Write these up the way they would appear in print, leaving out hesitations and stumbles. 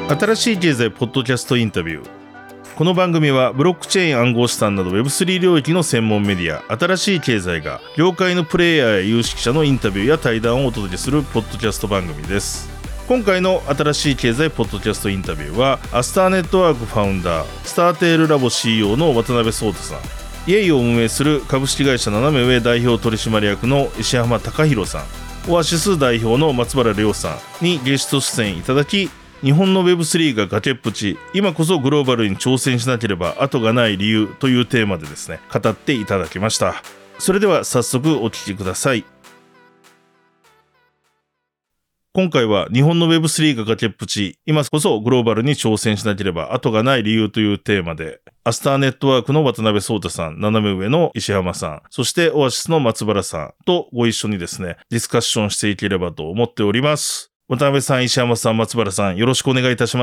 新しい経済ポッドキャストインタビュー。この番組はブロックチェーン暗号資産など Web3 領域の専門メディア新しい経済が業界のプレイヤーや有識者のインタビューや対談をお届けするポッドキャスト番組です。今回の新しい経済ポッドキャストインタビューはアスターネットワークファウンダースターテールラボ CEO の渡辺壮太さん、イエイを運営する株式会社斜め上代表取締役の石浜貴弘さん、オアシス代表の松原亮さんにゲスト出演いただき、日本の Web3 が崖っぷち、今こそグローバルに挑戦しなければ後がない理由というテーマでですね、語っていただきました。それでは早速お聞きください。今回は日本の Web3 が崖っぷち、今こそグローバルに挑戦しなければ後がない理由というテーマで、アスターネットワークの渡辺壮太さん、斜め上の石浜さん、そしてオアシスの松原さんとご一緒にですね、ディスカッションしていければと思っております。渡辺さん、石浜さん、松原さん、よろしくお願いいたします。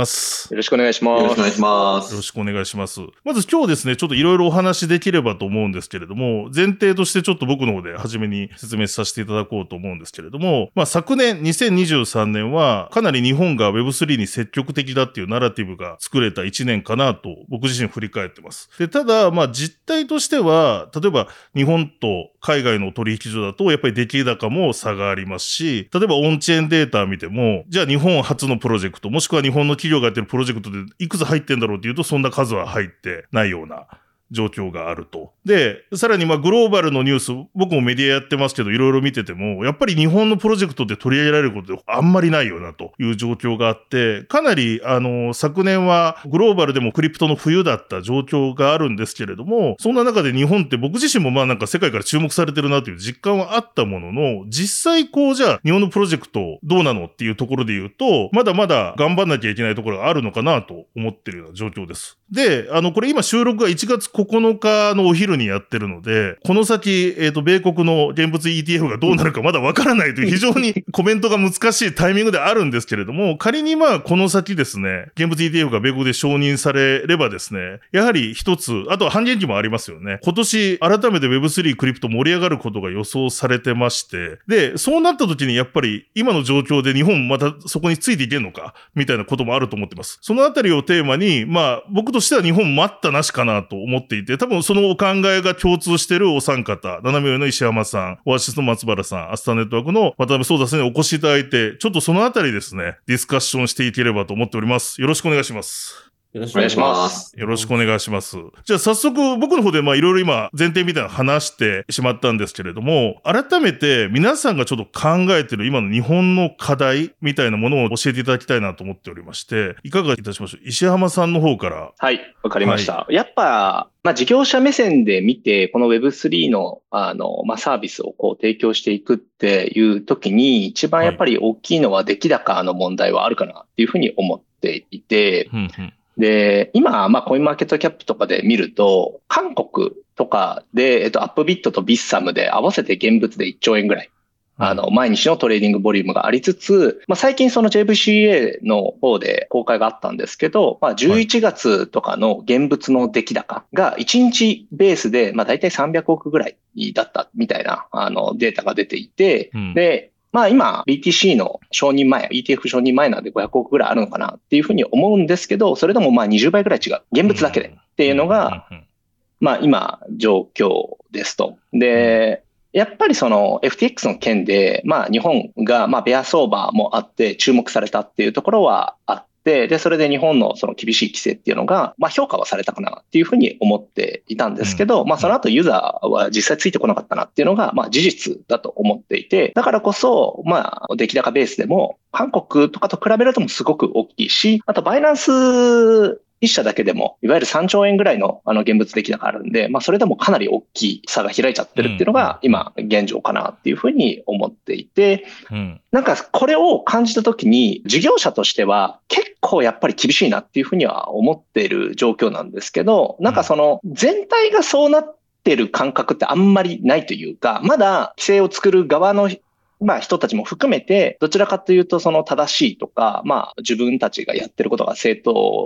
よろしくお願いします。 よろしくお願いします。 よろしくお願いします。まず今日ですね、ちょっといろいろお話できればと思うんですけれども、前提としてちょっと僕の方で初めに説明させていただこうと思うんですけれども、昨年2023年はかなり日本が Web3 に積極的だっていうナラティブが作れた1年かなと僕自身振り返ってます。で、ただ、実態としては、例えば日本と海外の取引所だとやっぱり出来高も差がありますし、例えばオンチェーンデータ見ても、じゃあ日本初のプロジェクト、もしくは日本の企業がやってるプロジェクトでいくつ入ってんだろうっていうと、そんな数は入ってないような状況があると。で、さらにグローバルのニュース、僕もメディアやってますけど、いろいろ見てても、やっぱり日本のプロジェクトで取り上げられることってあんまりないよなという状況があって、かなり昨年はグローバルでもクリプトの冬だった状況があるんですけれども、そんな中で日本って僕自身も世界から注目されてるなという実感はあったものの、実際じゃあ日本のプロジェクトどうなのっていうところで言うと、まだまだ頑張んなきゃいけないところがあるのかなと思ってるような状況です。で、これ今収録が1月9日のお昼にやってるので、この先、米国の現物 ETF がどうなるかまだわからないという非常にコメントが難しいタイミングであるんですけれども、仮にこの先ですね、現物 ETF が米国で承認されればですね、やはり一つ、あとは半減期もありますよね。今年改めて Web3 クリプト盛り上がることが予想されてまして、で、そうなった時にやっぱり今の状況で日本またそこについていけんのかみたいなこともあると思ってます。そのあたりをテーマに、僕としては日本待ったなしかなと思っていて、多分そのお考えが共通しているお三方、斜め上の石浜さん、オアシスの松原さん、アスターネットワークの渡辺壮太さんにお越しいただいて、ちょっとそのあたりですね、ディスカッションしていければと思っております。よろしくお願いします。 よろしくお願いします。 よろしくお願いします。じゃあ早速僕の方でいろいろ今前提みたいな話してしまったんですけれども、改めて皆さんがちょっと考えている今の日本の課題みたいなものを教えていただきたいなと思っておりまして、いかがいたしましょう。石浜さんの方から。 はい、わかりました。やっぱ、事業者目線で見て、この Web3 の、サービスを提供していくっていう時に、一番やっぱり大きいのは出来高の問題はあるかなっていうふうに思っていて、で、今、コインマーケットキャップとかで見ると、韓国とかで、アップビットとビッサムで合わせて現物で1兆円ぐらい、毎日のトレーディングボリュームがありつつ、最近その JVCA の方で公開があったんですけど、11月とかの現物の出来高が1日ベースで、だいたい300億ぐらいだったみたいな、データが出ていて、で、今 BTC の承認前、ETF 承認前なんで500億ぐらいあるのかなっていうふうに思うんですけど、それでも20倍ぐらい違う。現物だけでっていうのが、今状況ですと。で、やっぱりその FTX の件で、日本がベア相場もあって注目されたっていうところはあって、で、それで日本のその厳しい規制っていうのが、評価はされたかなっていうふうに思っていたんですけど、その後ユーザーは実際ついてこなかったなっていうのが、事実だと思っていて、だからこそ、出来高ベースでも、韓国とかと比べるともすごく大きいし、あとバイナンス一社だけでも、いわゆる3兆円ぐらいの現物出来高あるんで、それでもかなり大きい差が開いちゃってるっていうのが、今、現状かなっていうふうに思っていて、これを感じたときに、事業者としては結構やっぱり厳しいなっていうふうには思っている状況なんですけど、その全体がそうなってる感覚ってあんまりないというか、まだ規制を作る側の人たちも含めて、どちらかというとその正しいとか、自分たちがやってることが正当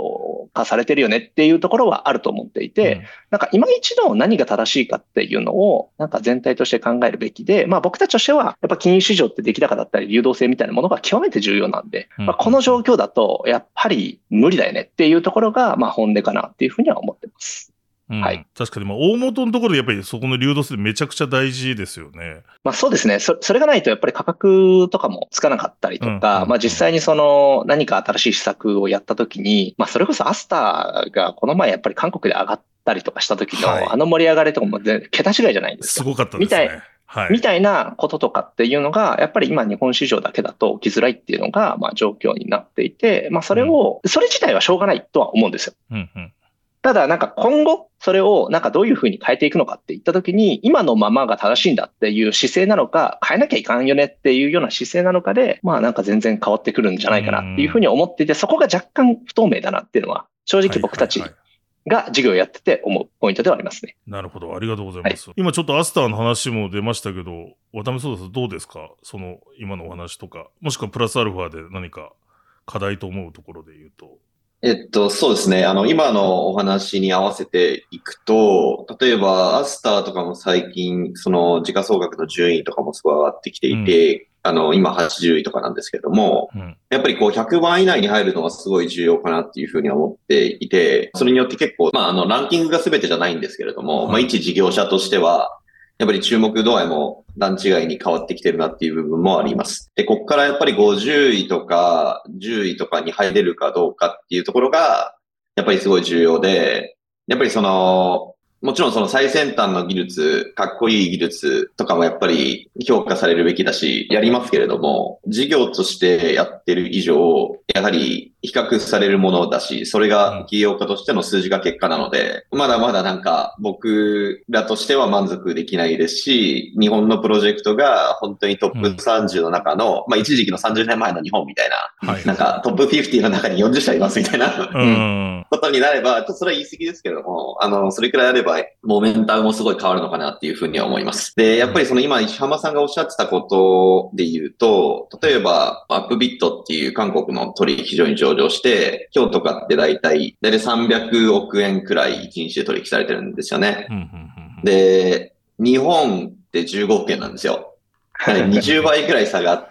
化されてるよねっていうところはあると思っていて、なんか今一度何が正しいかっていうのをなんか全体として考えるべきで、まあ僕たちとしてはやっぱ金融市場って出来高だったり流動性みたいなものが極めて重要なんで、まあこの状況だとやっぱり無理だよねっていうところがまあ本音かなっていうふうには思ってます。はい。 確かに、大元のところでやっぱりそこの流動性めちゃくちゃ大事ですよね。 まあそうですね。それがないとやっぱり価格とかもつかなかったりとか、まあ実際にその何か新しい施策をやったときに、まあそれこそアスターがこの前やっぱり韓国で上がったりとかした時のあの盛り上がりとかも桁違いじゃないですか。 すごかったですね。 みたいなこととかっていうのが、やっぱり今日本市場だけだと起きづらいっていうのが、まあ状況になっていて、まあそれ自体はしょうがないとは思うんですよ。ただなんか今後それをなんかどういうふうに変えていくのかっていったときに、今のままが正しいんだっていう姿勢なのか、変えなきゃいかんよねっていうような姿勢なのかで、まあなんか全然変わってくるんじゃないかなっていうふうに思っていて、そこが若干不透明だなっていうのは、正直僕たちが授業をやってて思うポイントではありますね。 なるほど。ありがとうございます。今ちょっとアスターの話も出ましたけど、渡辺壮太さんどうですか？その今のお話とか、もしくはプラスアルファで何か課題と思うところで言うと。 そうですね。今のお話に合わせていくと、例えば、アスターとかも最近、その時価総額の順位とかもすごい上がってきていて、今80位とかなんですけれども、やっぱりこう100番以内に入るのはすごい重要かなっていうふうに思っていて、それによって結構、ランキングが全てじゃないんですけれども、一事業者としては、やっぱり注目度合いも段違いに変わってきてるなっていう部分もあります。で、ここからやっぱり50位とか10位とかに入れるかどうかっていうところが、やっぱりすごい重要で、やっぱりもちろんその最先端の技術、かっこいい技術とかもやっぱり評価されるべきだし、やりますけれども、事業としてやってる以上、やはり比較されるものだし、それが企業家としての数字が結果なので、まだまだなんか僕らとしては満足できないですし、日本のプロジェクトが本当にトップ30の中の、一時期の30年前の日本みたいな、なんかトップ50の中に40社いますみたいな、ことになれば、ちょっとそれは言い過ぎですけども、それくらいあれば、モメンタムもすごい変わるのかなっていうふうには思います。で、やっぱりその今石浜さんがおっしゃってたことで言うと、例えばアップビットっていう韓国の取引所に上場して、今日とかってだいたい300億円くらい1日で取引されてるんですよね。で、日本って15億円なんですよ。20倍くらい差があって、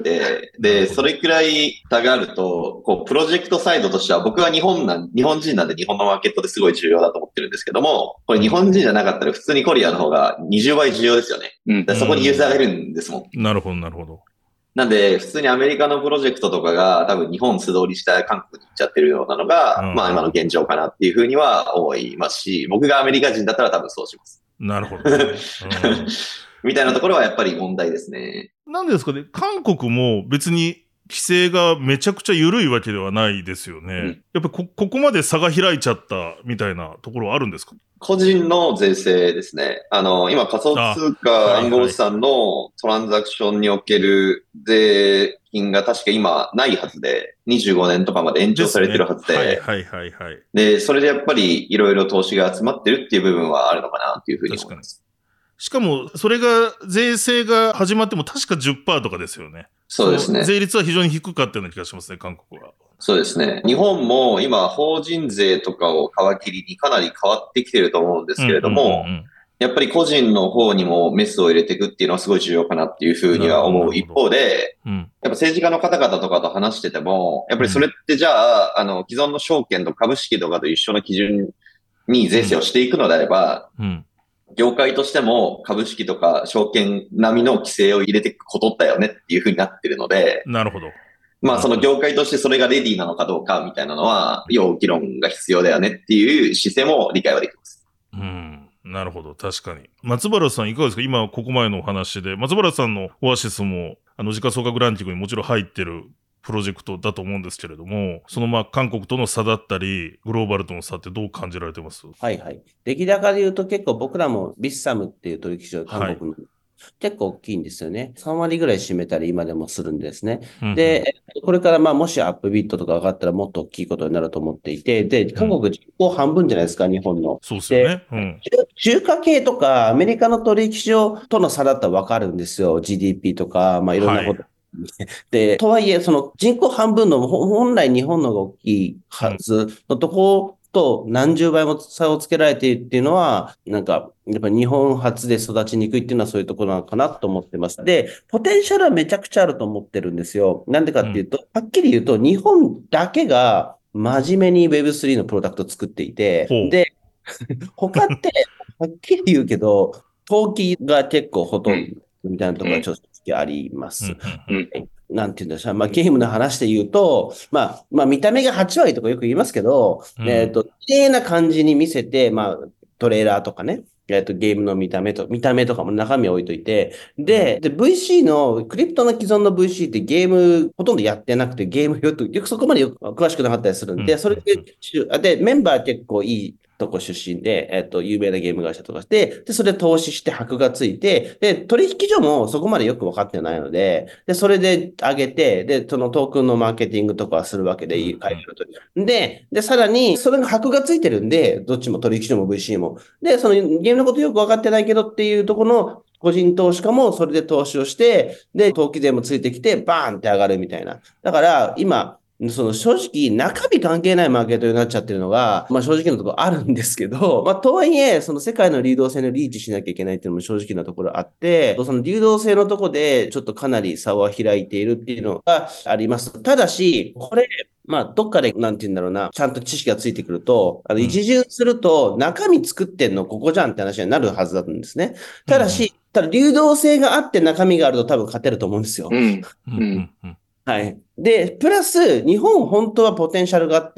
で、それくらい差があると、こう、プロジェクトサイドとしては、僕は日本人なんで日本のマーケットですごい重要だと思ってるんですけども、これ日本人じゃなかったら普通にコリアの方が20倍重要ですよね。そこにユーザーがいるんですもん。 なるほど、なるほど。 なんで、普通にアメリカのプロジェクトとかが多分日本素通りした韓国に行っちゃってるようなのが、今の現状かなっていうふうには思いますし、僕がアメリカ人だったら多分そうします。 なるほど。 みたいなところはやっぱり問題ですね。 なんですかね、韓国も別に規制がめちゃくちゃ緩いわけではないですよね。やっぱりここまで差が開いちゃったみたいなところはあるんですか？ 個人の税制ですね。今仮想通貨暗号資産のトランザクションにおける税金が確か今ないはずで、25年とかまで延長されてるはずで、で、それでやっぱりいろいろ投資が集まってるっていう部分はあるのかなっていうふうに思います。 しかも、それが、税制が始まっても確か 10% とかですよね。 そうですね。 税率は非常に低かったような気がしますね、韓国は。 そうですね。日本も今、法人税とかを皮切りにかなり変わってきてると思うんですけれども、やっぱり個人の方にもメスを入れていくっていうのはすごい重要かなっていうふうには思う一方で、やっぱ政治家の方々とかと話してても、やっぱりそれってじゃあ、既存の証券と株式とかと一緒の基準に税制をしていくのであれば、業界としても株式とか証券並みの規制を入れていくことだよねっていうふうになってるので、 なるほど。 その業界としてそれがレディーなのかどうかみたいなのは、要議論が必要だよねっていう姿勢も理解はできます。 なるほど。確かに。松原さんいかがですか？今、ここまでのお話で。松原さんのオアシスも、時価総額ランキングにもちろん入ってるプロジェクトだと思うんですけれども、その韓国との差だったり、グローバルとの差ってどう感じられてます？ はいはい。出来高で言うと結構僕らもビッサムっていう取引所、韓国の、結構大きいんですよね。3割ぐらい占めたり今でもするんですね。で、これからもしアップビットとか上がったらもっと大きいことになると思っていて、で、韓国人口半分じゃないですか、日本の。 そうですよね。 中華系とかアメリカの取引所との差だったらわかるんですよ。GDP とか、いろんなこと。で、とはいえ、その人口半分の本来日本のが大きいはずのとこと何十倍も差をつけられているっていうのは、なんか、やっぱ日本初で育ちにくいっていうのはそういうところなのかなと思ってます。で、ポテンシャルはめちゃくちゃあると思ってるんですよ。なんでかっていうと、はっきり言うと、日本だけが真面目に Web3 のプロダクトを作っていて、 ほう。 で、他って、はっきり言うけど、投機が結構ほとんどみたいなところがちょっとありまうんす。 うんうんなんていうんですか、ゲームの話で言うと、見た目が8割とかよく言いますけど、 うん綺麗な感じに見せて、トレーラーとかね、ゲームの見た目とかも中身置いといて、で、VC の、クリプトの既存の VC ってゲームほとんどやってなくて、ゲームよくそこまで詳しくなかったりするんで、 うんそれで、メンバー結構いいとこ出身で、有名なゲーム会社とかで、それで投資して箔がついて、で、取引所もそこまでよく分かってないので、それで上げて、で、そのトークンのマーケティングとかするわけで、会社の取引。で、さらに、それが箔がついてるんで、どっちも取引所も VC も。で、そのゲームのことよく分かってないけどっていうところの個人投資家もそれで投資をして、で、登記税もついてきて、バーンって上がるみたいな。だから、今、その正直、中身関係ないマーケットになっちゃってるのが、正直なところあるんですけど、とはいえ、その世界の流動性のリーチしなきゃいけないっていうのも正直なところあって、その流動性のところでちょっとかなり差は開いているっていうのがあります。ただし、これ、どっかで、なんて言うんだろうな、ちゃんと知識がついてくると、一巡すると、中身作ってんのここじゃんって話になるはずだったんですね。ただ流動性があって中身があると多分勝てると思うんですよ。はい。で、プラス、日本本当はポテンシャルがあって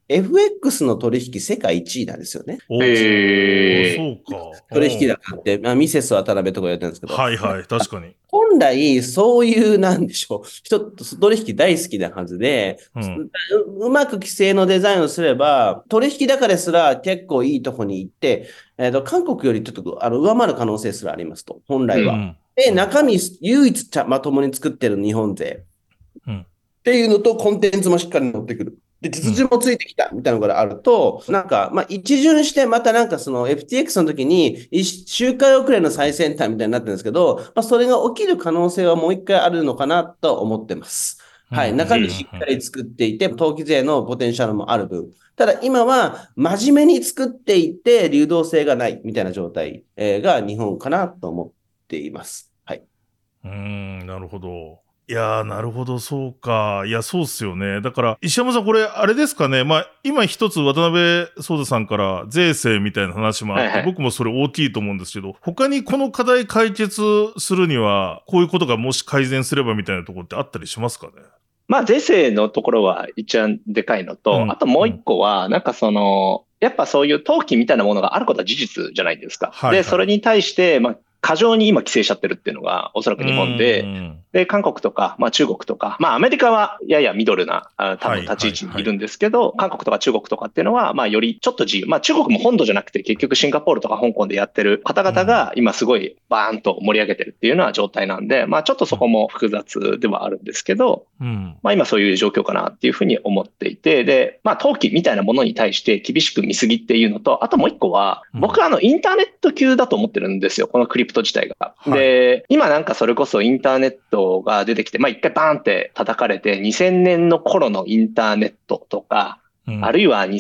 、FX の取引世界1位なんですよね。 そうか。 取引高って、ミセス渡辺とかやってるんですけど。 はいはい、確かに。 本来、そういう、なんでしょう。取引大好きなはずで、うまく規制のデザインをすれば、取引高ですら結構いいとこに行って、韓国よりちょっと上回る可能性すらありますと、本来は。で、中身、唯一まともに作ってる日本勢。っていうのと、コンテンツもしっかり乗ってくる。で、実需もついてきたみたいなのがあると、一巡して、またその FTX の時に、周回遅れの最先端みたいになってるんですけど、それが起きる可能性はもう一回あるのかなと思ってます。はい。中身しっかり作っていて、登記税のポテンシャルもある分。ただ今は真面目に作っていて、流動性がないみたいな状態が日本かなと思っています。はい。 なるほど。いやー、なるほど、そうか。いや、そうっすよね。だから、石山さん、これ、あれですかね。今一つ渡辺壮太さんから税制みたいな話もあって、僕もそれ大きいと思うんですけど、他にこの課題解決するには、こういうことがもし改善すればみたいなところってあったりしますかね。 税制のところは一番でかいのと、あともう一個は、やっぱそういう登記みたいなものがあることは事実じゃないですか。で、それに対して、過剰に今規制しちゃってるっていうのがおそらく日本で、韓国とか、中国とか、アメリカはややミドルな多分立ち位置にいるんですけど、韓国とか中国とかっていうのは、よりちょっと自由。中国も本土じゃなくて結局シンガポールとか香港でやってる方々が今すごいバーンと盛り上げてるっていうような状態なんで、ちょっとそこも複雑ではあるんですけど、今そういう状況かなっていうふうに思っていて、で、登記みたいなものに対して厳しく見すぎっていうのと、あともう一個は、僕はインターネット級だと思ってるんですよ。このクリプト自体が。で、今それこそインターネットが出てきて、一回バーンって叩かれて、2000年の頃のインターネットとか、あるいは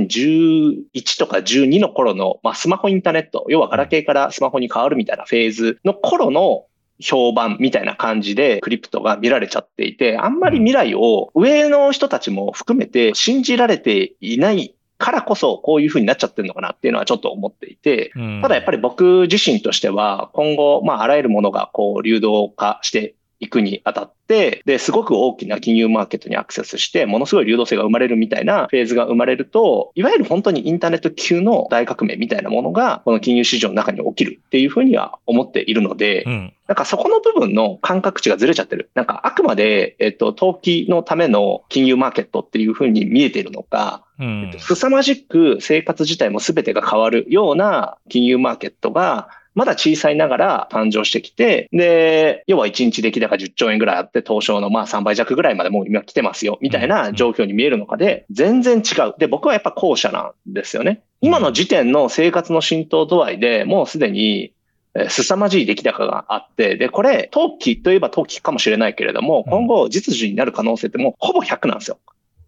2011とか12の頃の、スマホインターネット、要はガラケーからスマホに変わるみたいなフェーズの頃の評判みたいな感じでクリプトが見られちゃっていて、あんまり未来を上の人たちも含めて信じられていないからこそこういう風になっちゃってるのかなっていうのはちょっと思っていて、ただやっぱり僕自身としては今後、あらゆるものが流動化していくにあたって、で、すごく大きな金融マーケットにアクセスして、ものすごい流動性が生まれるみたいなフェーズが生まれると、いわゆる本当にインターネット級の大革命みたいなものが、この金融市場の中に起きるっていうふうには思っているので、そこの部分の感覚値がずれちゃってる。あくまで、投機のための金融マーケットっていうふうに見えているのか、凄まじく生活自体も全てが変わるような金融マーケットが、まだ小さいながら誕生してきて、で、要は1日出来高10兆円ぐらいあって、東証の3倍弱ぐらいまでもう今来てますよ、みたいな状況に見えるのかで、全然違う。で、僕はやっぱ後者なんですよね。今の時点の生活の浸透度合いでもうすでに、凄まじい出来高があって、で、これ、投機といえば投機かもしれないけれども、今後実需になる可能性ってもうほぼ100なんですよ。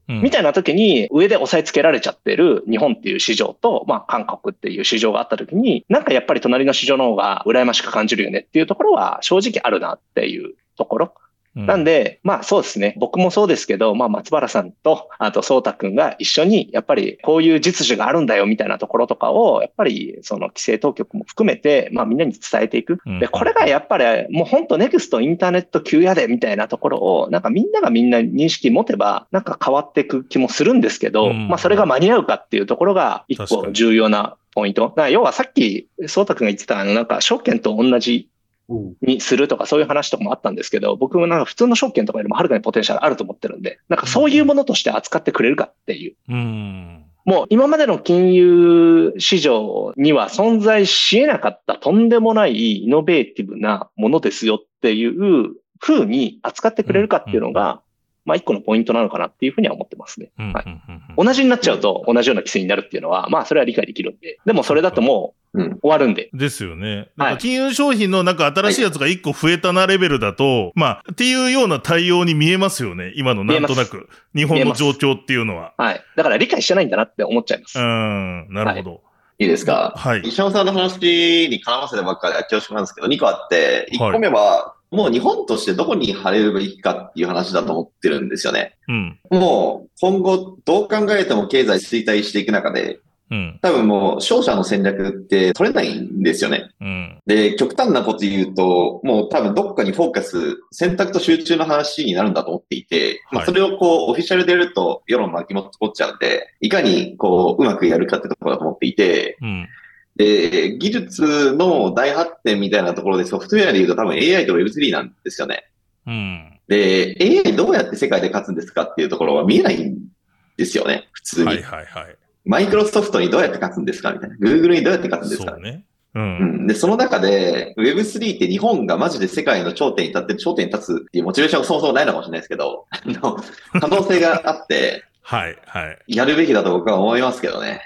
みたいな時に上で押さえつけられちゃってる日本っていう市場と、韓国っていう市場があった時に、なんかやっぱり隣の市場の方が羨ましく感じるよねっていうところは正直あるなっていうところ。なんで、そうですね。僕もそうですけど、松原さんと、あと、そうたくんが一緒に、やっぱりこういう実需があるんだよみたいなところとかを、やっぱりその規制当局も含めて、みんなに伝えていく。で、これがやっぱりもう本当ネクストインターネット級やでみたいなところを、なんかみんながみんな認識持てば、なんか変わっていく気もするんですけど、それが間に合うかっていうところが一個重要なポイント。要はさっき、そうたくんが言ってたなんか証券と同じにするとかそういう話とかもあったんですけど、僕もなんか普通の証券とかよりもはるかにポテンシャルあると思ってるんで、なんかそういうものとして扱ってくれるかっていう。もう今までの金融市場には存在し得なかったとんでもないイノベーティブなものですよっていう風に扱ってくれるかっていうのが、一個のポイントなのかなっていうふうには思ってますね。はい。同じになっちゃうと同じような規制になるっていうのは、それは理解できるんで。でもそれだともう終わるんで。 ですよね。なんか金融商品のなんか新しいやつが一個増えたなレベルだと、っていうような対応に見えますよね。今のなんとなく。日本の状況っていうのは。 はい。だから理解してないんだなって思っちゃいます。 なるほど。 いいですか？ はい。 石山さんの話に絡ませてばっかり恐縮なんですけど、2個あって、1個目は、もう日本としてどこに貼れるべきかっていう話だと思ってるんですよね。もう今後どう考えても経済衰退していく中で、多分もう勝者の戦略って取れないんですよね。で、極端なこと言うと、もう多分どっかにフォーカス、選択と集中の話になるんだと思っていて、それをオフィシャルでやると世論の巻きも残っちゃうんで、いかにうまくやるかってところだと思っていて、で、技術の大発展みたいなところでソフトウェアで言うと多分 AI と Web3 なんですよね。で、AI どうやって世界で勝つんですかっていうところは見えないんですよね、普通に。マイクロソフトにどうやって勝つんですかみたいな。Google にどうやって勝つんですかそうね。 で、その中で Web3 って日本がマジで世界の頂点に立つっていうモチベーションがそもそもないのかもしれないですけど、可能性があって、やるべきだと僕は思いますけどね。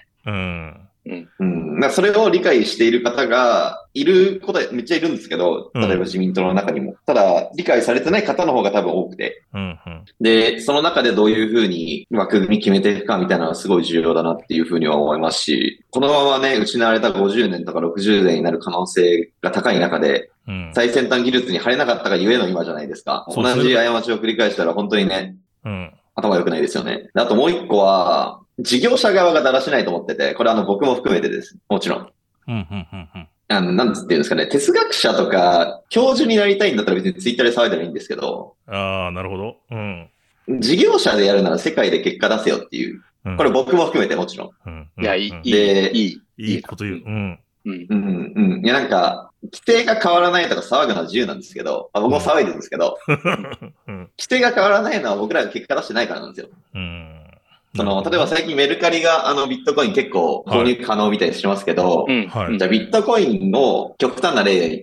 それを理解している方がいることはめっちゃいるんですけど、例えば自民党の中にも。ただ、理解されてない方の方が多分多くて。で、その中でどういうふうに枠組み決めていくかみたいなのはすごい重要だなっていうふうには思いますし、このままね、失われた50年とか60年になる可能性が高い中で、最先端技術に入れなかったがゆえの今じゃないですか。同じ過ちを繰り返したら本当にね、頭良くないですよね。あともう一個は、事業者側がだらしないと思ってて、これ僕も含めてです。もちろん。なんつっていうんですかね、哲学者とか、教授になりたいんだったら別にツイッターで騒いだらいいんですけど。 なるほど。 事業者でやるなら世界で結果出せよっていう。これ僕も含めてもちろん。 いや、いいこと言う。 いや、なんか、規定が変わらないとか騒ぐのは自由なんですけど、僕も騒いでるんですけど、規定が変わらないのは僕らが結果出してないからなんですよ。例えば最近メルカリがビットコイン結構購入可能みたいにしてますけど、じゃあビットコインを極端な例で言って、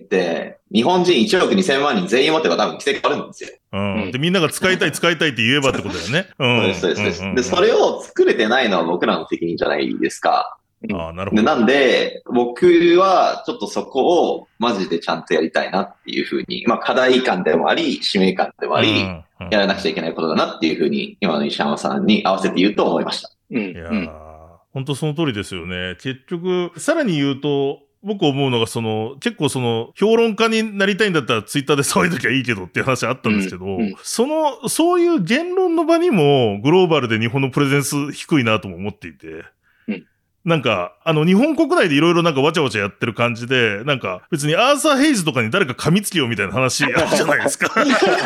日本人1億2000万人全員持てば多分規制変わるんですよ。 で、みんなが使いたいって言えばってことだよね。 そうです。で、それを作れてないのは僕らの責任じゃないですか。 なるほど。 なんで、僕はちょっとそこをマジでちゃんとやりたいなっていうふうに、課題感でもあり、使命感でもあり、やらなくちゃいけないことだなっていうふうに、今の石山さんに合わせて言うと思いました。 いや本当その通りですよね。結局、さらに言うと、僕思うのが結構評論家になりたいんだったらツイッターで騒いときゃいいけどっていう話あったんですけど、そういう言論の場にもグローバルで日本のプレゼンス低いなとも思っていて、なんか、日本国内でいろいろなんかわちゃわちゃやってる感じで、なんか別にアーサー・ヘイズとかに誰か噛みつけよみたいな話あるじゃないですか。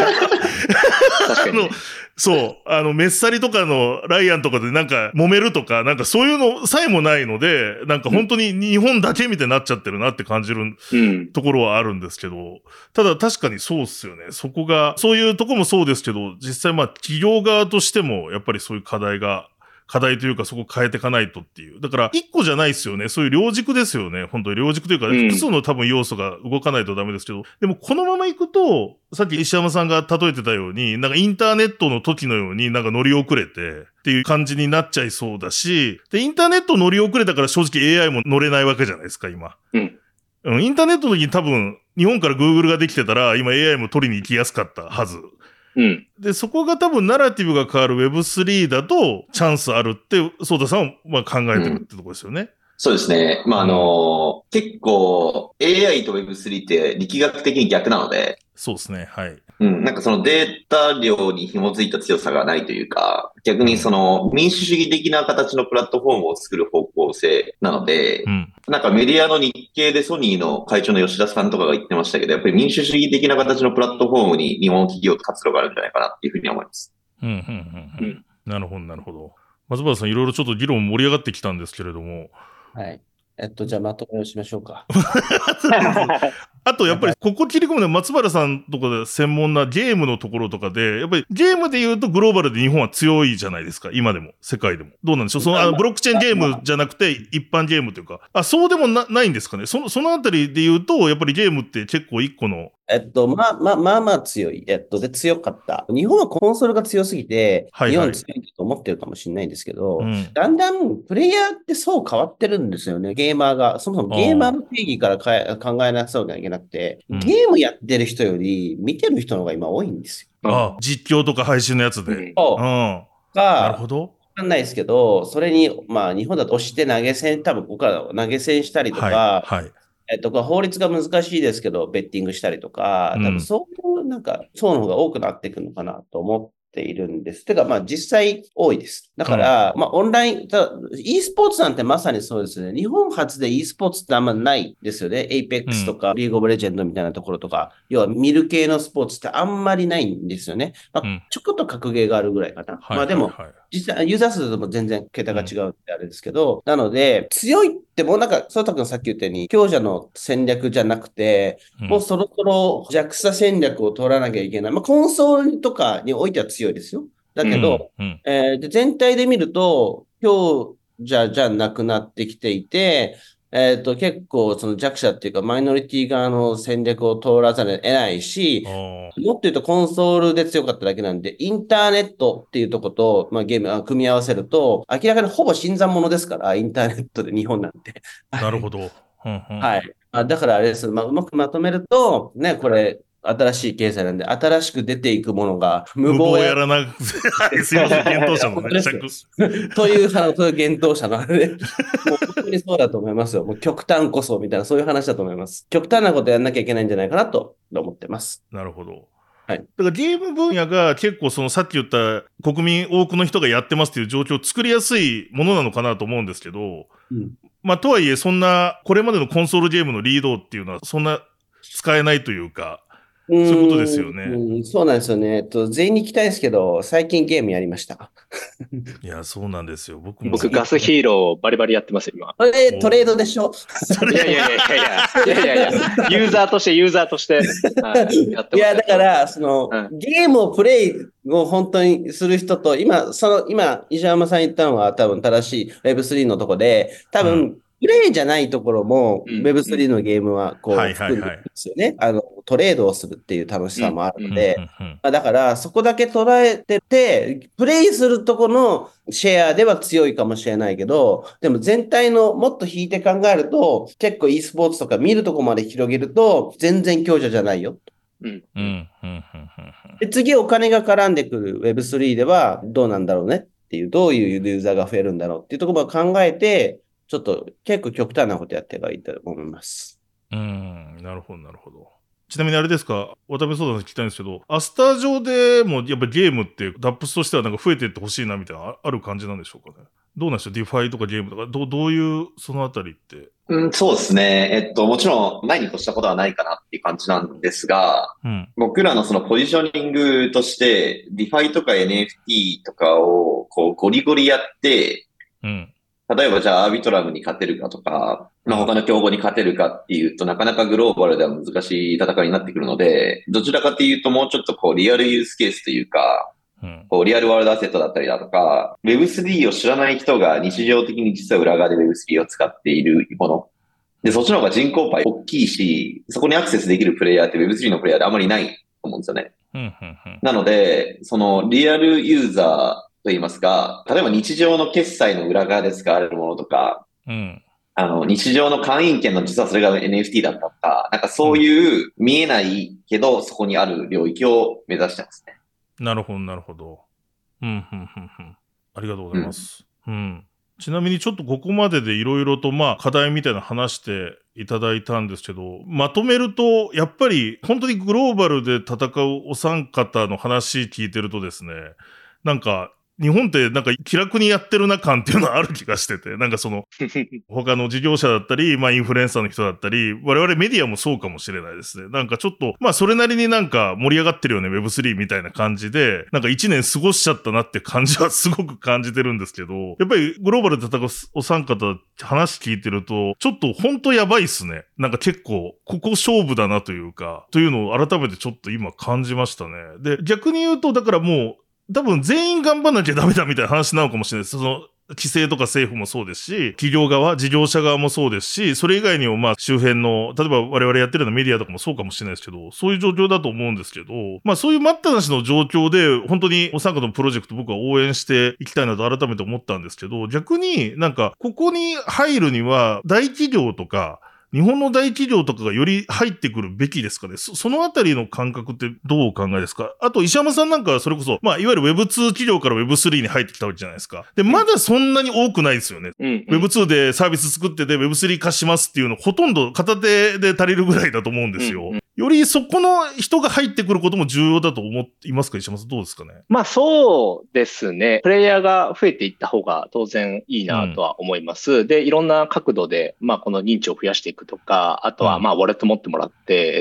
そう、メッサリとかのライアンとかでなんか揉めるとか、なんかそういうのさえもないので、なんか本当に日本だけみたいになっちゃってるなって感じるところはあるんですけど、ただ確かにそうっすよね。そこが、そういうとこもそうですけど、実際企業側としてもやっぱりそういう課題というかそこ変えていかないとっていう。だから一個じゃないですよね。そういう両軸ですよね。本当に両軸というか、複数の多分要素が動かないとダメですけど、でもこのまま行くと、さっき石山さんが例えてたように、なんかインターネットの時のようになんか乗り遅れてっていう感じになっちゃいそうだし、で、インターネット乗り遅れたから正直 AI も乗れないわけじゃないですか、今。インターネットの時に多分日本から Google ができてたら、今 AI も取りに行きやすかったはず。 うん。 で、そこが多分ナラティブが変わる Web3 だとチャンスあるって、ソータさんはまあ考えてるってところですよね。 そうですね。結構 AI と Web3 って力学的に逆なので、 そうですね。はい。 なんかそのデータ量に紐づいた強さがないというか、逆にその民主主義的な形のプラットフォームを作る方向性なので、なんかメディアの日経でソニーの会長の吉田さんとかが言ってましたけど、やっぱり民主主義的な形のプラットフォームに日本企業と活路があるんじゃないかなっていうふうに思います。 なるほど、なるほど。松原さん、いろいろちょっと議論盛り上がってきたんですけれども。 はい。じゃあまとめをしましょうか。 あと、やっぱり、ここ切り込むのは松原さんとかで専門なゲームのところとかで、やっぱりゲームで言うとグローバルで日本は強いじゃないですか。今でも、世界でも。どうなんでしょう、その、ブロックチェーンゲームじゃなくて、一般ゲームというか。そうでもないんですかね。そのあたりで言うと、やっぱりゲームって結構一個の。 まあ強い。で、強かった。日本はコンソールが強すぎて、日本強いと思ってるかもしれないんですけど、だんだんプレイヤーってそう変わってるんですよね、ゲーマーが。そもそもゲーマーの定義から考えなさそうにはいけなくて、ゲームやってる人より見てる人の方が今多いんですよ。実況とか配信のやつで。なるほど。 わかんないですけど、それに、まあ日本だと押して投げ銭、多分ここから投げ銭したりとか、法律が難しいですけど、ベッティングしたりとか、多分そういう、なんか、そうの方が多くなっていくのかなと思っているんです。てか、まあ実際多いです。だから、まあオンライン、e スポーツなんてまさにそうですね。日本初で e スポーツってあんまないですよね。Apex とか、リーグオブレジェンドみたいなところとか、要は見る系のスポーツってあんまりないんですよね。まあ、ちょこっと格ゲーがあるぐらいかな。まあでも、実際、ユーザー数でも全然桁が違うってあれですけど、なので、強いってもうなんか、ソータ君さっき言ったように、強者の戦略じゃなくて、もうそろそろ弱者戦略を取らなきゃいけない。まあ、コンソールとかにおいては強いですよ。だけど、で全体で見ると、強者じゃなくなってきていて、結構その弱者っていうかマイノリティ側の戦略を通らざるを得ないし、もっと言うとコンソールで強かっただけなんで、インターネットっていうとこと、まあ、ゲームを組み合わせると、明らかにほぼ新参者ですから、インターネットで日本なんて。 なるほど。 はい。だからあれです。まあ、うまくまとめると、ね、これ、新しい経済なんで、新しく出ていくものが無謀やらなくすいません、幻冬者のね、 という幻冬者のあれで、もう本当にそうだと思いますよ。もう極端こそみたいな、そういう話だと思います。極端なことやんなきゃいけないんじゃないかなと思ってます。 なるほど。 はい。 だからゲーム分野が結構そのさっき言った国民多くの人がやってますっていう状況を作りやすいものなのかなと思うんですけど、まあとはいえそんなこれまでのコンソールゲームのリードっていうのはそんな使えないというか、そういうことですよね。 そうなんですよね。全員に聞きたいですけど、最近ゲームやりました。 いや、そうなんですよ。僕ガスヒーローバリバリやってますよ、今。 これトレードでしょ？ いや、ユーザーとして、やってます。 いや、だから、ゲームをプレイを本当にする人と、今、石山さん言ったのは多分正しい Web3 のとこで、多分、プレイじゃないところも Web3 のゲームはこう含んでるんですよね。トレードをするっていう楽しさもあるので、だからそこだけ捉えてて、プレイするとこのシェアでは強いかもしれないけど、でも全体のもっと引いて考えると、結構 e スポーツとか見るとこまで広げると、全然強者じゃないよ。で次お金が絡んでくる Web3 ではどうなんだろうねっていう、どういうユーザーが増えるんだろうっていうところを考えて、ちょっと結構極端なことやってばいいと思います。 なるほど、なるほど。ちなみにあれですか、渡辺相談聞きたいんですけど、アスター上でもやっぱゲームってDAppsとしてはなんか増えていってほしいなみたいなある感じなんでしょうかね。どうなんでしょう、ディファイとかゲームとか、どういうそのあたりって。 そうですね。もちろん前に越したことはないかなっていう感じなんですが、僕らのそのポジショニングとして、ディファイとか NFT とかをこうゴリゴリやって、例えばじゃあアービトラムに勝てるかとか、他の競合に勝てるかっていうとなかなかグローバルでは難しい戦いになってくるので、どちらかっていうともうちょっとこうリアルユースケースというか、こうリアルワールドアセットだったりだとか、Web3 を知らない人が日常的に実は裏側で Web3 を使っているもの。で、そっちの方が人口パイ大きいし、そこにアクセスできるプレイヤーって Web3 のプレイヤーであまりないと思うんですよね。なので、そのリアルユーザーと言いますか、例えば日常の決済の裏側で使われるものとか、日常の会員権の実はそれが NFT だったとか、なんかそういう見えないけどそこにある領域を目指してますね。 なるほど、なるほど。ありがとうございます。ちなみにちょっとここまででいろいろと課題みたいな話していただいたんですけど、まとめると、やっぱり本当にグローバルで戦うお三方の話聞いてるとですね、なんか、日本ってなんか気楽にやってるな感っていうのはある気がしてて、なんかその他の事業者だったり、インフルエンサーの人だったり、我々メディアもそうかもしれないですね。なんかちょっと、それなりになんか盛り上がってるよね、Web3 みたいな感じで、なんか1年過ごしちゃったなって感じはすごく感じてるんですけど、やっぱりグローバルで戦うお三方話聞いてると、ちょっとほんとやばいっすね。なんか結構、ここ勝負だなというか、というのを改めてちょっと今感じましたね。で、逆に言うと、だからもう、多分全員頑張んなきゃダメだみたいな話なのかもしれないです。その規制とか政府もそうですし、企業側、事業者側もそうですし、それ以外にも周辺の、例えば我々やってるようなメディアとかもそうかもしれないですけど、そういう状況だと思うんですけど、そういう待ったなしの状況で、本当にお三方のプロジェクト僕は応援していきたいなと改めて思ったんですけど、逆になんか、ここに入るには、大企業とか、日本の大企業とかがより入ってくるべきですかね。そのあたりの感覚ってどうお考えですか？あと、石山さんなんかはそれこそ、いわゆる Web2 企業から Web3 に入ってきたわけじゃないですか。で、まだそんなに多くないですよね。Web2 でサービス作ってて Web3 化しますっていうの、ほとんど片手で足りるぐらいだと思うんですよ。よりそこの人が入ってくることも重要だと思いますか？石山さんどうですかね？ そうですね。プレイヤーが増えていった方が当然いいなとは思います。で、いろんな角度で、この認知を増やしていくとか、あとはウォレット持ってもらって、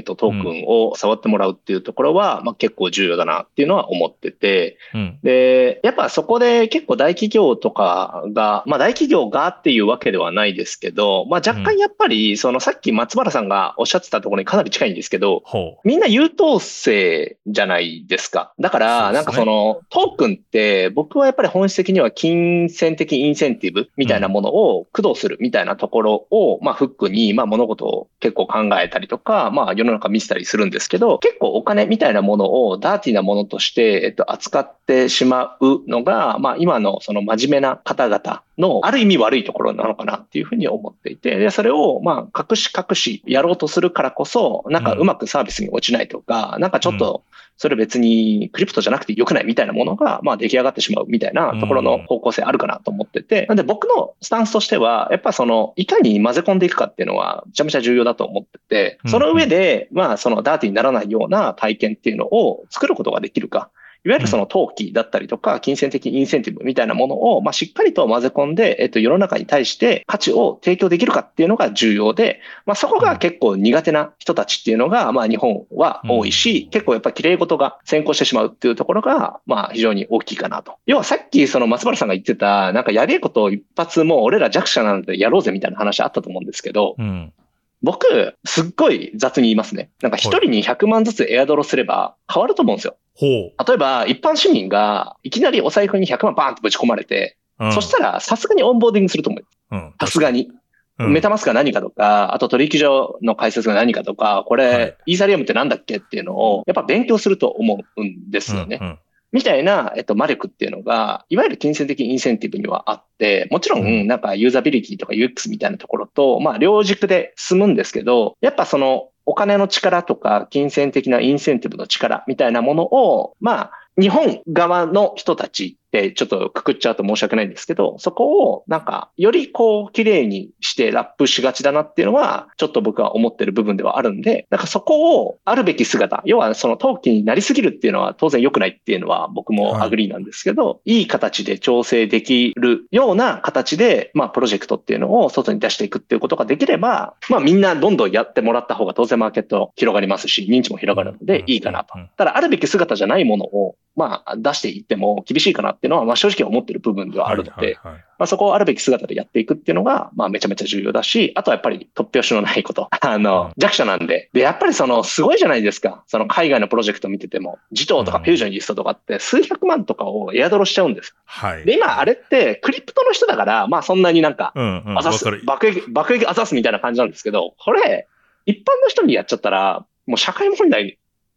トークンを触ってもらうっていうところは、結構重要だなっていうのは思ってて、で、やっぱそこで結構大企業とかが、大企業がっていうわけではないですけど、若干やっぱり、さっき松原さんがおっしゃってたところにかなり近いんですけど、みんな優等生じゃないですか。だから、なんかトークンって僕はやっぱり本質的には金銭的インセンティブみたいなものを駆動するみたいなところを、フックに、物事を結構考えたりとか、世の中見せたりするんですけど、結構お金みたいなものをダーティーなものとして、扱ってしまうのが、今のその真面目な方々のある意味悪いところなのかなっていうふうに思っていて、で、それを隠しやろうとするからこそ、なんかうまくサービスに落ちないとか、なんかちょっとそれ別にクリプトじゃなくて良くないみたいなものが出来上がってしまうみたいなところの方向性あるかなと思ってて、なんで僕のスタンスとしては、やっぱいかに混ぜ込んでいくかっていうのはめちゃめちゃ重要だと思ってて、その上で、そのダーティーにならないような体験っていうのを作ることができるか。いわゆるその投機だったりとか、金銭的インセンティブみたいなものを、しっかりと混ぜ込んで、世の中に対して価値を提供できるかっていうのが重要で、そこが結構苦手な人たちっていうのが、日本は多いし、結構やっぱり綺麗事が先行してしまうっていうところが、非常に大きいかなと。要はさっき松原さんが言ってた、なんかやべえことを一発もう俺ら弱者なんでやろうぜみたいな話あったと思うんですけど、僕、すっごい雑に言いますね。なんか一人に100万ずつエアドロすれば変わると思うんですよ。例えば、一般市民がいきなりお財布に100万バーンとぶち込まれて、そしたらさすがにオンボーディングすると思う。さすがに。メタマスクが何かとか、あと取引所の解説が何かとか、これ、イーサリアムってなんだっけっていうのを、やっぱ勉強すると思うんですよね。みたいな、魔力っていうのが、いわゆる金銭的インセンティブにはあって、もちろん、なんかユーザビリティとか UX みたいなところと、両軸で進むんですけど、やっぱお金の力とか、金銭的なインセンティブの力みたいなものを、日本側の人たちってちょっとくくっちゃうと申し訳ないんですけど、そこをなんかより綺麗にしてラップしがちだなっていうのはちょっと僕は思ってる部分ではあるんで、なんかそこをあるべき姿、要はその投機になりすぎるっていうのは当然良くないっていうのは僕もアグリーなんですけど、いい形で調整できるような形でプロジェクトっていうのを外に出していくっていうことができれば、みんなどんどんやってもらった方が当然マーケット広がりますし、認知も広がるのでいいかなと。ただあるべき姿じゃないものを出していっても厳しいかなっていうのは、正直思ってる部分ではあるので、そこをあるべき姿でやっていくっていうのが、めちゃめちゃ重要だし、あとはやっぱり突拍子のないこと。弱者なんで。で、やっぱりすごいじゃないですか。海外のプロジェクト見てても、ジトーとかフュージョンリストとかって数百万とかをエアドロしちゃうんです。で、今あれってクリプトの人だから、そんなになんか、爆撃あざすみたいな感じなんですけど、これ、一般の人にやっちゃったら、もう社会問題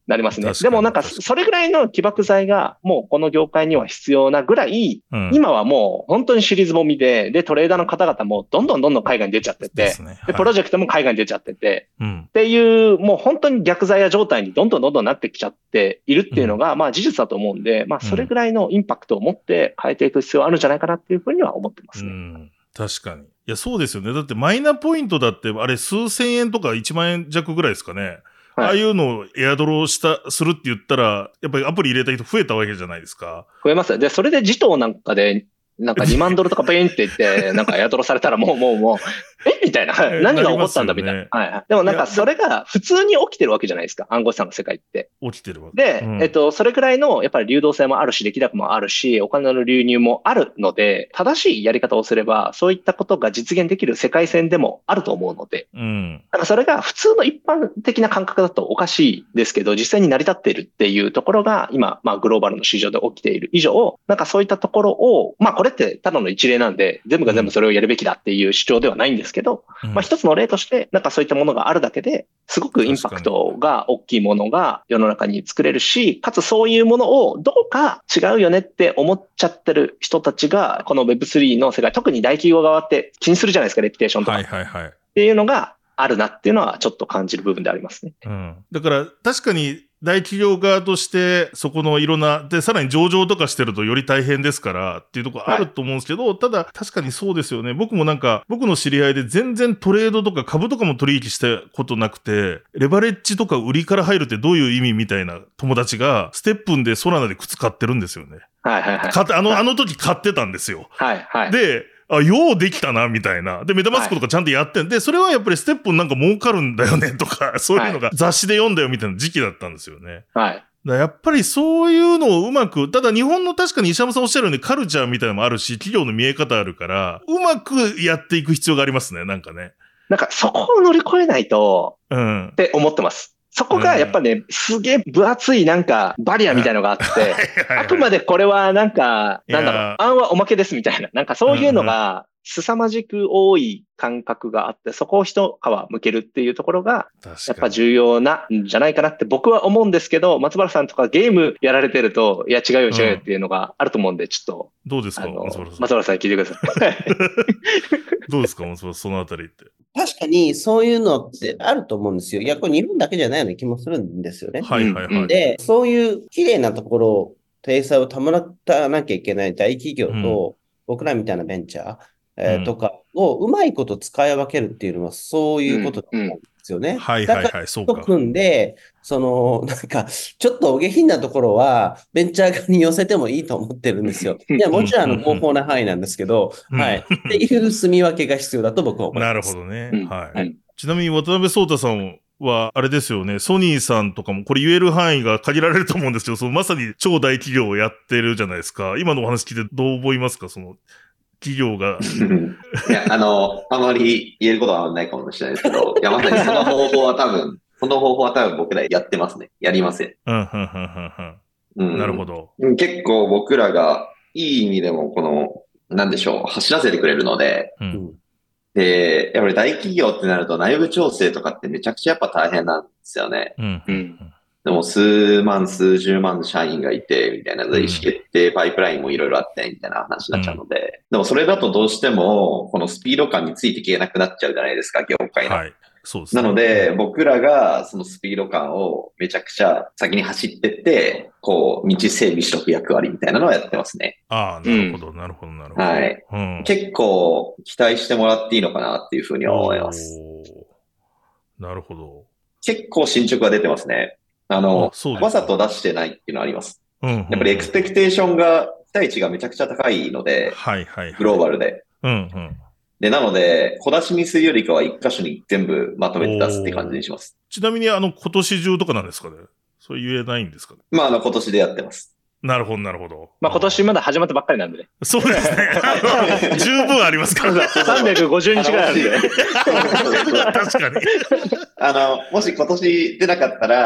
なりますね。 確かにでもなんか、それぐらいの起爆剤がもうこの業界には必要なぐらい、今はもう本当にシリーズもみで、トレーダーの方々もどんどん海外に出ちゃってて、で、プロジェクトも海外に出ちゃってて、っていう、もう本当に逆ザイヤ状態にどんどんなってきちゃっているっていうのが、まあ事実だと思うんで、まあそれぐらいのインパクトを持って変えていく必要はあるんじゃないかなっていうふうには思ってますね。 確かに。いや、そうですよね。だってマイナポイントだって、あれ数千円とか1万円弱ぐらいですかね。ああいうのをエアドロするって言ったら、やっぱりアプリ入れた人増えたわけじゃないですか。 増えます。で、それで自党なんかで、なんか2万ドルとかペインって言って、なんかエアドロされたらもう、みたいな。何が起こったんだみたいな。はい。でもなんかそれが普通に起きてるわけじゃないですか。暗号資産の世界って。 起きてるわけ。 で、それくらいのやっぱり流動性もあるし、歴高もあるし、お金の流入もあるので、正しいやり方をすれば、そういったことが実現できる世界線でもあると思うので、なんかそれが普通の一般的な感覚だとおかしいですけど、実際に成り立っているっていうところが今、まあグローバルの市場で起きている以上、なんかそういったところを、まあこれってただの一例なんで、全部が全部それをやるべきだっていう主張ではないんですけど、まあ一つの例として、なんかそういったものがあるだけで、すごくインパクトが大きいものが世の中に作れるし、かつそういうものをどうか違うよねって思っちゃってる人たちが、この Web3 の世界、特に大企業側って気にするじゃないですか、レピュテーションとか。っていうのがあるなっていうのはちょっと感じる部分でありますね。 だから確かに大企業側としてそこのいろんな、で、さらに上場とかしてるとより大変ですからっていうところあると思うんですけど、ただ確かにそうですよね。僕もなんか、僕の知り合いで全然トレードとか株とかも取引したことなくて、レバレッジとか売りから入るってどういう意味みたいな友達が、ステップンでソラナで靴買ってるんですよね。あの時買ってたんですよ。で、ようできたな、みたいな。で、メタマスクとかちゃんとやってんで、それはやっぱりステップなんか儲かるんだよね、とか、そういうのが雑誌で読んだよ、みたいな時期だったんですよね。やっぱりそういうのをうまく、ただ日本の確かに石山さんおっしゃるようにカルチャーみたいなのもあるし、企業の見え方あるから、うまくやっていく必要がありますね、なんかね。 なんかそこを乗り越えないと、って思ってます。そこがやっぱね、すげえ分厚いなんかバリアみたいのがあって、あくまでこれはなんか、なんだろう、案はおまけですみたいな、なんかそういうのが凄まじく多い感覚があって、そこを一皮向けるっていうところが、やっぱ重要なんじゃないかなって僕は思うんですけど、松原さんとかゲームやられてると、いや違うよっていうのがあると思うんで、ちょっと。 どうですか、 松原さんに聞いてください。 どうですか、松原さん、そのあたりって。 確かにそういうのってあると思うんですよ。いや、これ日本だけじゃないような気もするんですよね。で、そういう綺麗なところ、体裁を保たなきゃいけない大企業と、僕らみたいなベンチャー、とかをうまいこと使い分けるっていうのはそういうことだと思うんですよね。だから、組んで、なんか、ちょっとお下品なところは、ベンチャー側に寄せてもいいと思ってるんですよ。いや、もちろん、合法な範囲なんですけど、っていう住み分けが必要だと僕は思います。 なるほどね。ちなみに渡辺壮太さんは、あれですよね、ソニーさんとかも、これ言える範囲が限られると思うんですけど、まさに超大企業をやってるじゃないですか。今のお話聞いてどう思いますか、企業が。 いや、あまり言えることはないかもしれないですけど、いや、まさにその方法は多分僕らやってますね。やりません。 なるほど。 結構僕らがいい意味でもなんでしょう、走らせてくれるので、で、やっぱり大企業ってなると内部調整とかってめちゃくちゃやっぱ大変なんですよね。でも数万、数十万の社員がいて、みたいな意思決定、パイプラインもいろいろあって、みたいな話になっちゃうので、でもそれだとどうしても、このスピード感についていけなくなっちゃうじゃないですか、業界の。 そうですね。 なので、僕らがそのスピード感をめちゃくちゃ先に走ってって、道整備しとく役割みたいなのはやってますね。 なるほど。 はい。結構期待してもらっていいのかなっていうふうには思います。 なるほど。 結構進捗が出てますね。わざと出してないっていうのはあります。やっぱりエクスペクテーションが、期待値がめちゃくちゃ高いので、グローバルで。で、なので、小出しにするよりかは一箇所に全部まとめて出すって感じにします。 ちなみに今年中とかなんですかね？そう言えないんですかね？ まあ、今年でやってます。 なるほど。 まあ今年まだ始まったばっかりなんでね。 そうですね。十分ありますから。 350日ぐらいあるんで。 確かに。 もし今年出なかったら、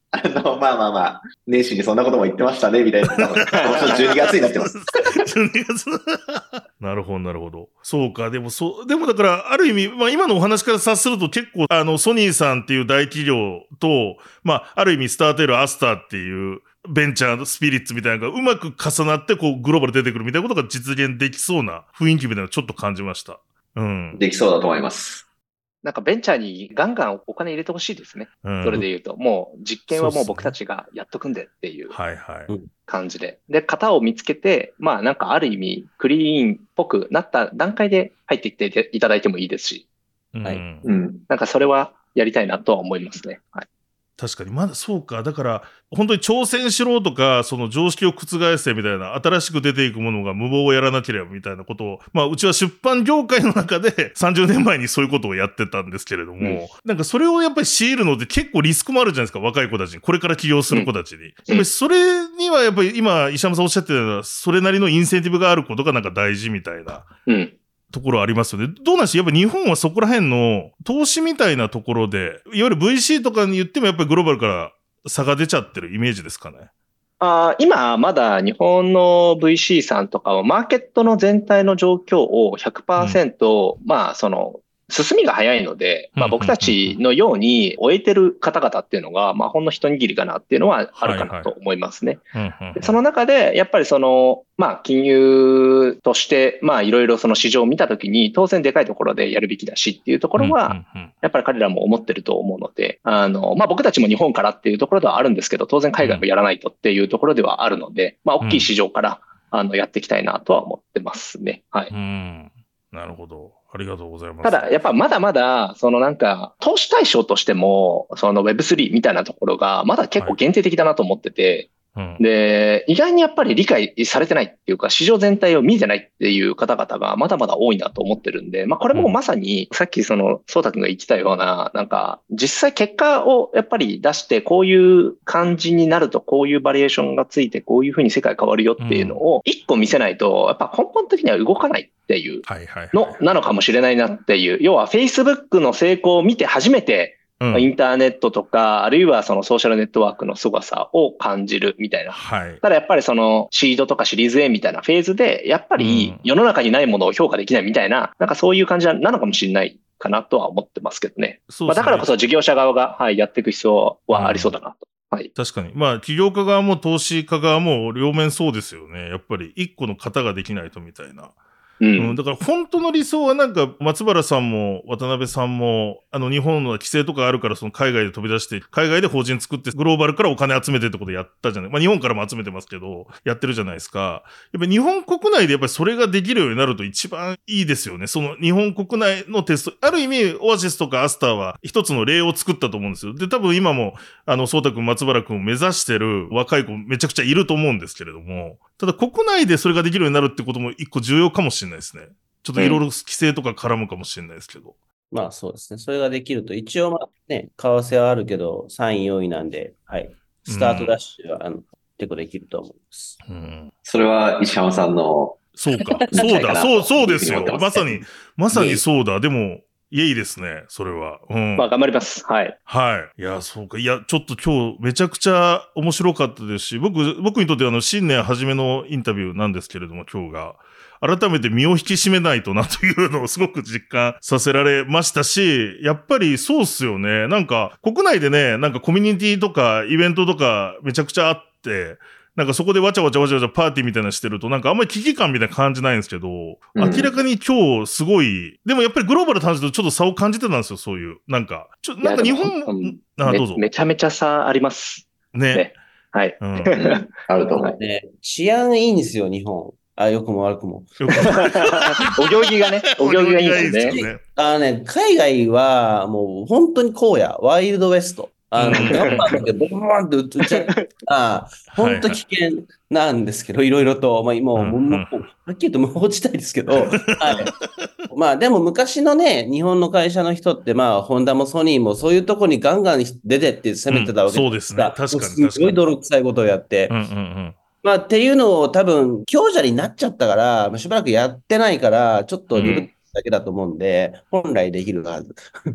年始にそんなことも言ってましたね、みたいな。今年の12月になってます。 12月なるほど、なるほど。そうか、でもだから、ある意味、まあ今のお話から察すると結構、ソニーさんっていう大企業と、まあ、ある意味、スターテール、アスターっていうベンチャースピリッツみたいなのがうまく重なって、こう、グローバル出てくるみたいなことが実現できそうな雰囲気みたいなのをちょっと感じました。うん。 できそうだと思います。 なんかベンチャーにガンガンお金入れてほしいですね。それで言うと、もう実験はもう僕たちがやっとくんでっていう感じで。で、型を見つけて、まあなんかある意味クリーンっぽくなった段階で入ってきていただいてもいいですし。はい。なんかそれはやりたいなとは思いますね。はい。 確かに、まだそうか。だから、本当に挑戦しろとか、その常識を覆せみたいな、新しく出ていくものが無謀をやらなければみたいなことを、まあ、うちは出版業界の中で30年前にそういうことをやってたんですけれども、なんかそれをやっぱり強いるのって結構リスクもあるじゃないですか、若い子たちに。これから起業する子たちに。やっぱりそれにはやっぱり今、石山さんおっしゃってたような、それなりのインセンティブがあることがなんか大事みたいな。ところありますよね。どうなんし、やっぱ日本はそこら辺の投資みたいなところで、いわゆる VC とかに言ってもやっぱりグローバルから差が出ちゃってるイメージですかね。 今まだ日本の VC さんとかはマーケットの全体の状況を 100%、まあ進みが早いので、まあ僕たちのように終えてる方々っていうのが、まあほんの一握りかなっていうのはあるかなと思いますね。その中で、やっぱりまあ金融として、まあいろいろその市場を見たときに、当然でかいところでやるべきだしっていうところは、やっぱり彼らも思ってると思うので、まあ僕たちも日本からっていうところではあるんですけど、当然海外もやらないとっていうところではあるので、まあ大きい市場から、やっていきたいなとは思ってますね。はい。 なるほど。ありがとうございます。 ただ、やっぱまだまだ、なんか、投資対象としても、Web3 みたいなところが、まだ結構限定的だなと思ってて、で、意外にやっぱり理解されてないっていうか、市場全体を見てないっていう方々がまだまだ多いなと思ってるんで、まあこれもまさに、さっきそうたくんが言ってたような、なんか、実際結果をやっぱり出して、こういう感じになると、こういうバリエーションがついて、こういうふうに世界変わるよっていうのを、一個見せないと、やっぱ根本的には動かないっていうのなのかもしれないなっていう、要は Facebook の成功を見て初めて、インターネットとか、あるいはソーシャルネットワークの凄さを感じるみたいな。ただやっぱりシードとかシリーズ A みたいなフェーズで、やっぱり世の中にないものを評価できないみたいな、なんかそういう感じなのかもしれないかなとは思ってますけどね。まあ、だからこそ事業者側が、やっていく必要はありそうだなと。 確かに。まあ、起業家側も投資家側も両面そうですよね。やっぱり一個の型ができないとみたいな。だから本当の理想はなんか松原さんも渡辺さんも日本の規制とかあるから海外で飛び出して海外で法人作ってグローバルからお金集めてってことやったじゃない。まあ日本からも集めてますけどやってるじゃないですか。やっぱ日本国内でやっぱりそれができるようになると一番いいですよね。日本国内のテスト、ある意味オアシスとかアスターは一つの例を作ったと思うんですよ。で多分今もそうたくん松原くんを目指してる若い子めちゃくちゃいると思うんですけれども、ただ国内でそれができるようになるってことも一個重要かもしれないですね。ちょっといろいろ規制とか絡むかもしれないですけど。 まあそうですね。それができると、一応まあね、為替はあるけど、3位、4位なんで、はい。スタートダッシュは、結構できると思います。 それは石山さんの。 そうか。そうですよ。まさにそうだ。でも、いいですね。それは。 まあ頑張ります。はい。 はい。いや、そうか。いや、ちょっと今日めちゃくちゃ面白かったですし、僕にとって新年初めのインタビューなんですけれども、今日が。改めて身を引き締めないとなというのをすごく実感させられましたし、やっぱりそうっすよね。なんか国内でね、なんかコミュニティとかイベントとかめちゃくちゃあって、なんかそこでわちゃわちゃパーティーみたいなのしてるとなんかあんまり危機感みたいな感じないんですけど、明らかに今日すごい、でもやっぱりグローバル単純とちょっと差を感じてたんですよ、そういう。なんか日本、どうぞ。 めちゃめちゃ差あります。ね。はい。 あると思う。 治安いいんですよ、日本。良くも悪くも。 お行儀がいいですね。 海外はもう本当に荒野、ワイルドウェスト。ガンバンでボンボンって撃っちゃう。本当危険なんですけど、いろいろと。まあ、もう、はっきり言って無法地帯ですけど。まあ、でも昔のね、日本の会社の人って、まあ、ホンダもソニーもそういうとこにガンガン出てって攻めてたわけです。 そうですね。確かに。 すごい泥臭いことをやって。まあ、っていうのを多分、強者になっちゃったから、しばらくやってないから、ちょっと鈍っただけだと思うんで、本来できるはず。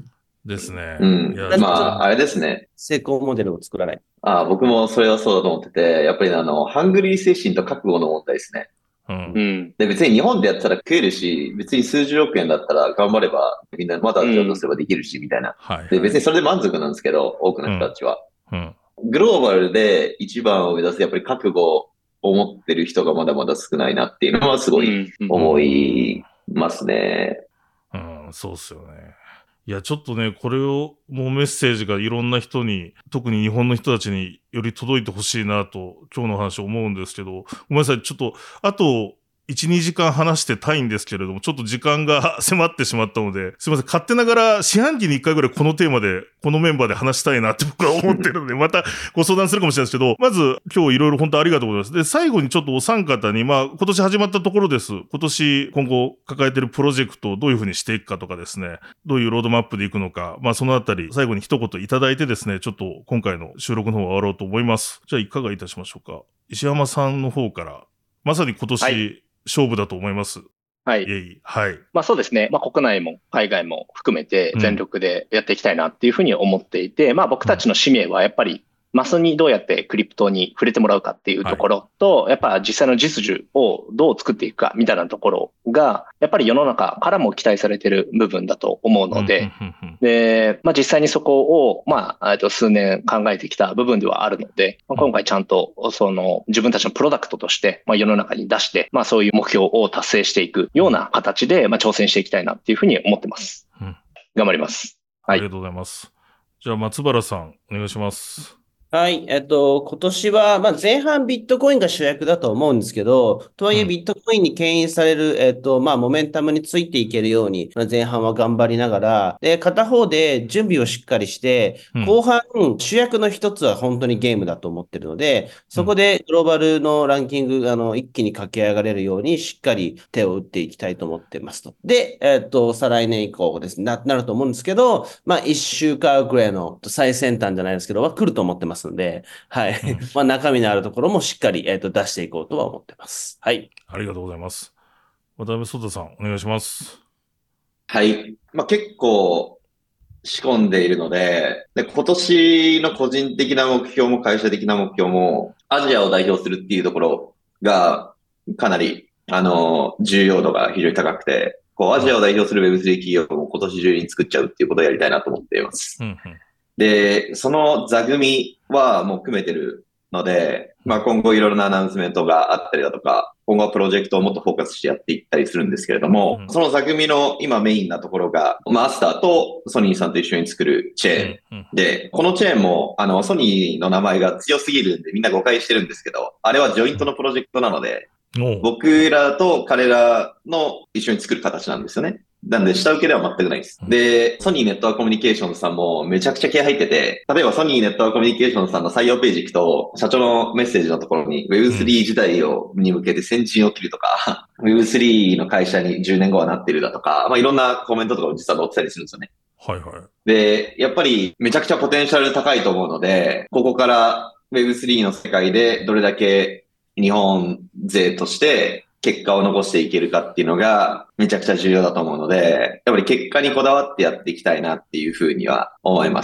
ですね。 うんいや、 まあ、あれですね。 成功モデルを作らない。 僕もそれはそうだと思ってて、やっぱりハングリー精神と覚悟の問題ですね。 うんう。ん。 で、別に日本でやったら食えるし、別に数十億円だったら頑張れば、みんなまだちょっとすればできるし、みたいな。で、 はいはい。 別にそれで満足なんですけど、多くの人たちは。 うん。 グローバルで一番を目指す、やっぱり覚悟を持ってる人がまだまだ少ないなっていうのはすごい思いますね。 うん、そうっすよね。いや、ちょっとね、これを、もうメッセージがいろんな人に、特に日本の人たちにより届いてほしいなと、今日の話思うんですけど、ごめんなさい、ちょっと、あと、1、2時間話してたいんですけれども、ちょっと時間が迫ってしまったので、すいません、勝手ながら四半期に1回ぐらいこのテーマで、このメンバーで話したいなって僕は思ってるので、またご相談するかもしれないですけど、まず今日いろいろ本当ありがとうございます。で、最後にちょっとお三方に、今年始まったところです。今年今後抱えてるプロジェクトをどういうふうにしていくかとかですね、どういうロードマップでいくのか、そのあたり、最後に一言いただいてですね、ちょっと今回の収録の方を終わろうと思います。じゃあいかがいたしましょうか。石山さんの方から、まさに今年、勝負だと思います。 はい。 はい。 そうですね。国内も海外も含めて全力でやっていきたいなっていうふうに思っていて、僕たちの使命はやっぱりマスにどうやってクリプトに触れてもらうかっていうところと、やっぱ実際の実需をどう作っていくかみたいなところが、やっぱり世の中からも期待されている部分だと思うので、で、実際にそこを、数年考えてきた部分ではあるので、今回ちゃんと、自分たちのプロダクトとして、世の中に出して、そういう目標を達成していくような形で、挑戦していきたいなっていうふうに思ってます。頑張ります。 はい。ありがとうございます。じゃあ、松原さん、お願いします。 はい。今年は、前半ビットコインが主役だと思うんですけど、とはいえビットコインに牽引される、モメンタムについていけるように、前半は頑張りながら、で、片方で準備をしっかりして、後半、主役の一つは本当にゲームだと思ってるので、そこでグローバルのランキング、一気に駆け上がれるように、しっかり手を打っていきたいと思ってますと。で、再来年以降ですね、なると思うんですけど、一週間くらいの最先端じゃないですけど、は来ると思ってますので、はい。中身のあるところもしっかり、出していこうとは思ってます。はい。 ありがとうございます。渡辺聡太さん、お願いします。 はい。結構仕込んでいるので、今年の個人的な目標も会社的な目標も、アジアを代表するっていうところが、かなり、重要度が非常に高くて、アジアを代表する Web3 企業も今年中に作っちゃうっていうことをやりたいなと思っています。で、その座組はもう組めてるので、今後いろいろなアナウンスメントがあったりだとか、今後はプロジェクトをもっとフォーカスしてやっていったりするんですけれども、その座組の今メインなところが、アスターとソニーさんと一緒に作るチェーンで、このチェーンも、ソニーの名前が強すぎるんでみんな誤解してるんですけど、あれはジョイントのプロジェクトなので、僕らと彼らの一緒に作る形なんですよね。なんで、下請けでは全くないです。で、ソニーネットワークコミュニケーションズさんもめちゃくちゃ気合入ってて、例えばソニーネットワークコミュニケーションズさんの採用ページ行くと、社長のメッセージのところに Web3 時代に向けて先陣を切るとか、Web3 の会社に10年後はなってるだとか、いろんなコメントとかも実は載ってたりするんですよね。 はいはい。 で、やっぱりめちゃくちゃポテンシャル高いと思うので、ここから Web3 の世界でどれだけ日本勢として結果を残していけるかっていうのがめちゃくちゃ重要だと思うので、やっぱり結果にこだわってやっていきたいなっていうふうには思います。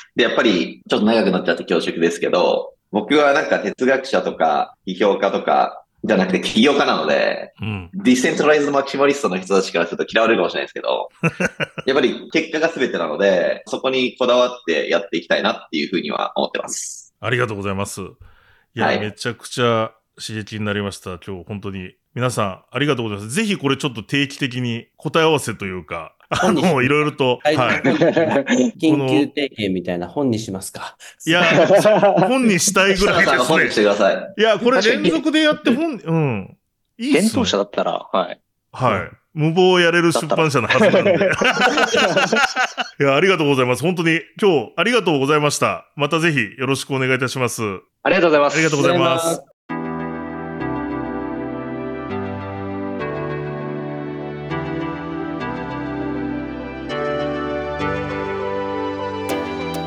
で、やっぱりちょっと長くなっちゃって恐縮ですけど、僕は哲学者とか批評家とかじゃなくて起業家なので、ディセントライズドマキシマリストの人たちからすると嫌われるかもしれないですけど、やっぱり結果が全てなので、そこにこだわってやっていきたいなっていうふうには思ってます。 ありがとうございます。いや、めちゃくちゃ刺激になりました。今日本当に。皆さん、ありがとうございます。ぜひこれちょっと定期的に答え合わせというか、いろいろと、 緊急提携みたいな本にしますか。 いや、本にしたいぐらいですね。 本にしてください。 いや、これ連続でやっていいっすね。 伝統者だったら、はい。 無謀やれる出版社のはずなんで。いや、ありがとうございます。本当に今日ありがとうございました。またぜひよろしくお願いいたします。 ありがとうございます。 ありがとうございます。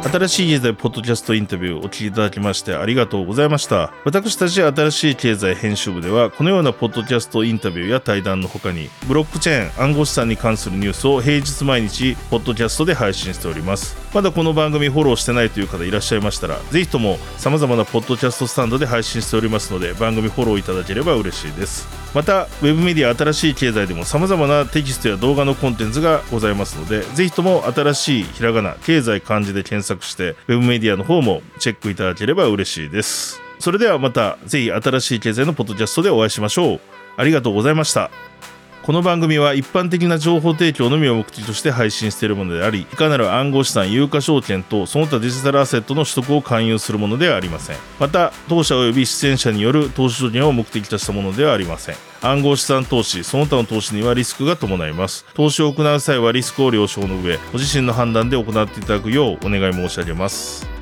新しい経済ポッドキャストインタビューをお聞きいただきましてありがとうございました。私たち新しい経済編集部ではこのようなポッドキャストインタビューや対談の他にブロックチェーン暗号資産に関するニュースを平日毎日ポッドキャストで配信しております。まだこの番組フォローしてないという方いらっしゃいましたら、ぜひとも様々なポッドキャストスタンドで配信しておりますので、番組フォローいただければ嬉しいです。またウェブメディア新しい経済でも様々なテキストや動画のコンテンツがございますので、ぜひとも新しいひらがな経済漢字で検索してウェブメディアの方もチェックいただければ嬉しいです。それではまたぜひ新しい経済のポッドキャストでお会いしましょう。ありがとうございました。この番組は一般的な情報提供のみを目的として配信しているものであり、いかなる暗号資産、有価証券とその他デジタルアセットの取得を勧誘するものではありません。また、当社及び出演者による投資助言を目的としたものではありません。暗号資産投資、その他の投資にはリスクが伴います。投資を行う際はリスクを了承の上、ご自身の判断で行っていただくようお願い申し上げます。